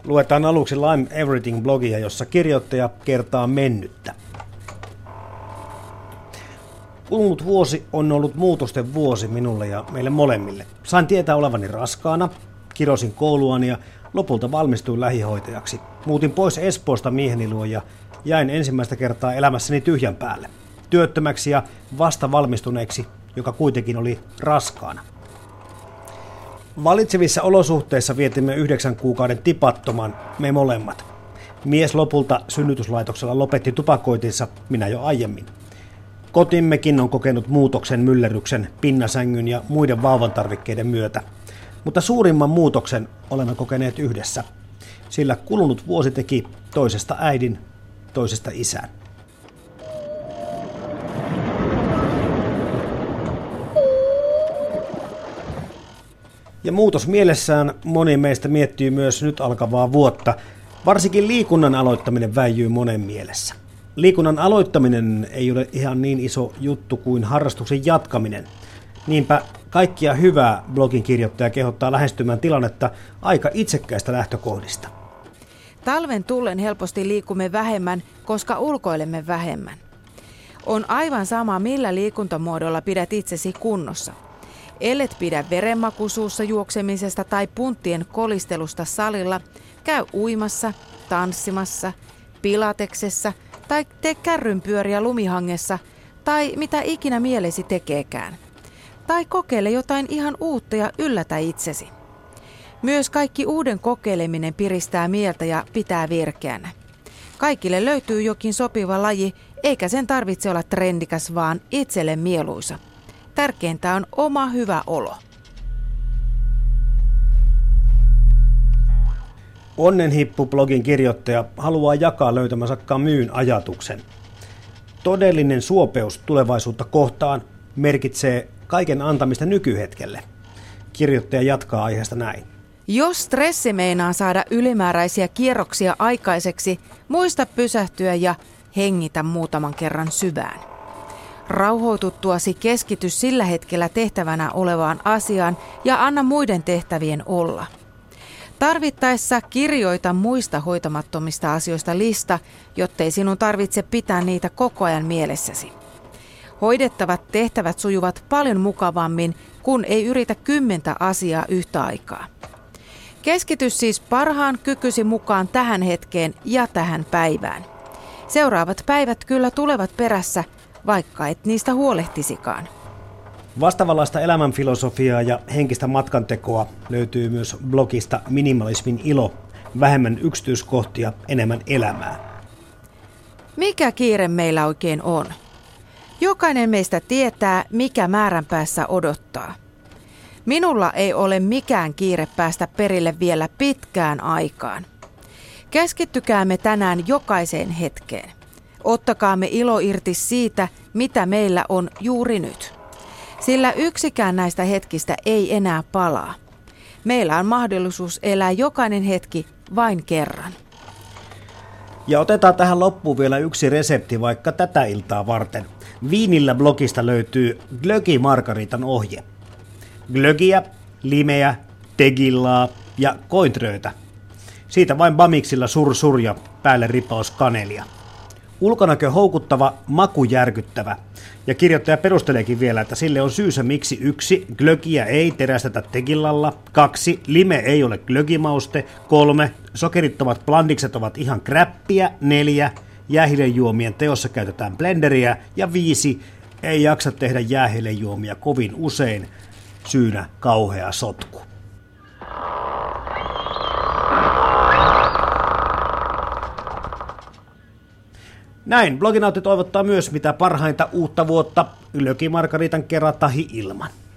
Luetaan aluksi Lime Everything-blogia, jossa kirjoittaja kertaa mennyttä. Kulunut vuosi on ollut muutosten vuosi minulle ja meille molemmille. Sain tietää olevani raskaana, kirosin kouluani ja lopulta valmistuin lähihoitajaksi. Muutin pois Espoosta mieheni luo ja jäin ensimmäistä kertaa elämässäni tyhjän päälle. Työttömäksi ja vasta valmistuneeksi, joka kuitenkin oli raskaana. Valitsevissa olosuhteissa vietimme 9 kuukauden tipattoman, me molemmat. Mies lopulta synnytyslaitoksella lopetti tupakointinsa, minä jo aiemmin. Kotimmekin on kokenut muutoksen, myllerryksen, pinnasängyn ja muiden vauvantarvikkeiden myötä. Mutta suurimman muutoksen olemme kokeneet yhdessä, sillä kulunut vuosi teki toisesta äidin, toisesta isän. Ja muutos mielessään moni meistä miettii myös nyt alkavaa vuotta. Varsinkin liikunnan aloittaminen väijyy monen mielessä. Liikunnan aloittaminen ei ole ihan niin iso juttu kuin harrastuksen jatkaminen. Niinpä kaikkia hyvää blogin kirjoittaja kehottaa lähestymään tilannetta aika itsekkäistä lähtökohdista. Talven tullen helposti liikumme vähemmän, koska ulkoilemme vähemmän. On aivan sama, millä liikuntamuodolla pidät itsesi kunnossa. Ellet pidä verenmakuisuussa juoksemisesta tai punttien kolistelusta salilla, käy uimassa, tanssimassa, pilateksessa tai tee kärrynpyöriä lumihangessa tai mitä ikinä mielesi tekeekään. Tai kokeile jotain ihan uutta ja yllätä itsesi. Myös kaikki uuden kokeileminen piristää mieltä ja pitää virkeänä. Kaikille löytyy jokin sopiva laji, eikä sen tarvitse olla trendikäs, vaan itselle mieluisa. Tärkeintä on oma hyvä olo. Onnenhippu-blogin kirjoittaja haluaa jakaa löytämänsä Camusin ajatuksen. Todellinen suopeus tulevaisuutta kohtaan merkitsee kaiken antamista nykyhetkelle. Kirjoittaja jatkaa aiheesta näin. Jos stressi meinaa saada ylimääräisiä kierroksia aikaiseksi, muista pysähtyä ja hengitä muutaman kerran syvään. Rauhoituttuasi keskity sillä hetkellä tehtävänä olevaan asiaan ja anna muiden tehtävien olla. Tarvittaessa kirjoita muista hoitamattomista asioista lista, jottei sinun tarvitse pitää niitä koko ajan mielessäsi. Hoidettavat tehtävät sujuvat paljon mukavammin, kun ei yritä 10 asiaa yhtä aikaa. Keskity siis parhaan kykysi mukaan tähän hetkeen ja tähän päivään. Seuraavat päivät kyllä tulevat perässä, vaikka et niistä huolehtisikaan. Vastaavanlaista elämänfilosofiaa ja henkistä matkantekoa löytyy myös blogista Minimalismin ilo, vähemmän yksityiskohtia, enemmän elämää. Mikä kiire meillä oikein on? Jokainen meistä tietää, mikä määränpäässä odottaa. Minulla ei ole mikään kiire päästä perille vielä pitkään aikaan. Keskittykäämme tänään jokaiseen hetkeen. Ottakaamme ilo irti siitä, mitä meillä on juuri nyt. Sillä yksikään näistä hetkistä ei enää palaa. Meillä on mahdollisuus elää jokainen hetki vain kerran. Ja otetaan tähän loppuun vielä yksi resepti vaikka tätä iltaa varten. Viinillä blogista löytyy Glögi Margaritan ohje. Glögiä, limeä, tegillaa ja kointröötä. Siitä vain bamiksilla sur ja päälle ripaus kanelia. Ulkonäkö houkuttava, maku järkyttävä. Ja kirjoittaja perusteleekin vielä, että sille on syysä miksi 1. Glögiä ei terästetä tegillalla. 2. Lime ei ole glögimauste. 3. Sokerittomat blandikset ovat ihan kräppiä. 4. Jäähilejuomien teossa käytetään blenderiä. Ja 5. Ei jaksa tehdä jäähilejuomia kovin usein. Syynä kauhea sotku. Näin bloginautti toivottaa myös mitä parhainta uutta vuotta Glögi Margaritan kerran tahi ilman.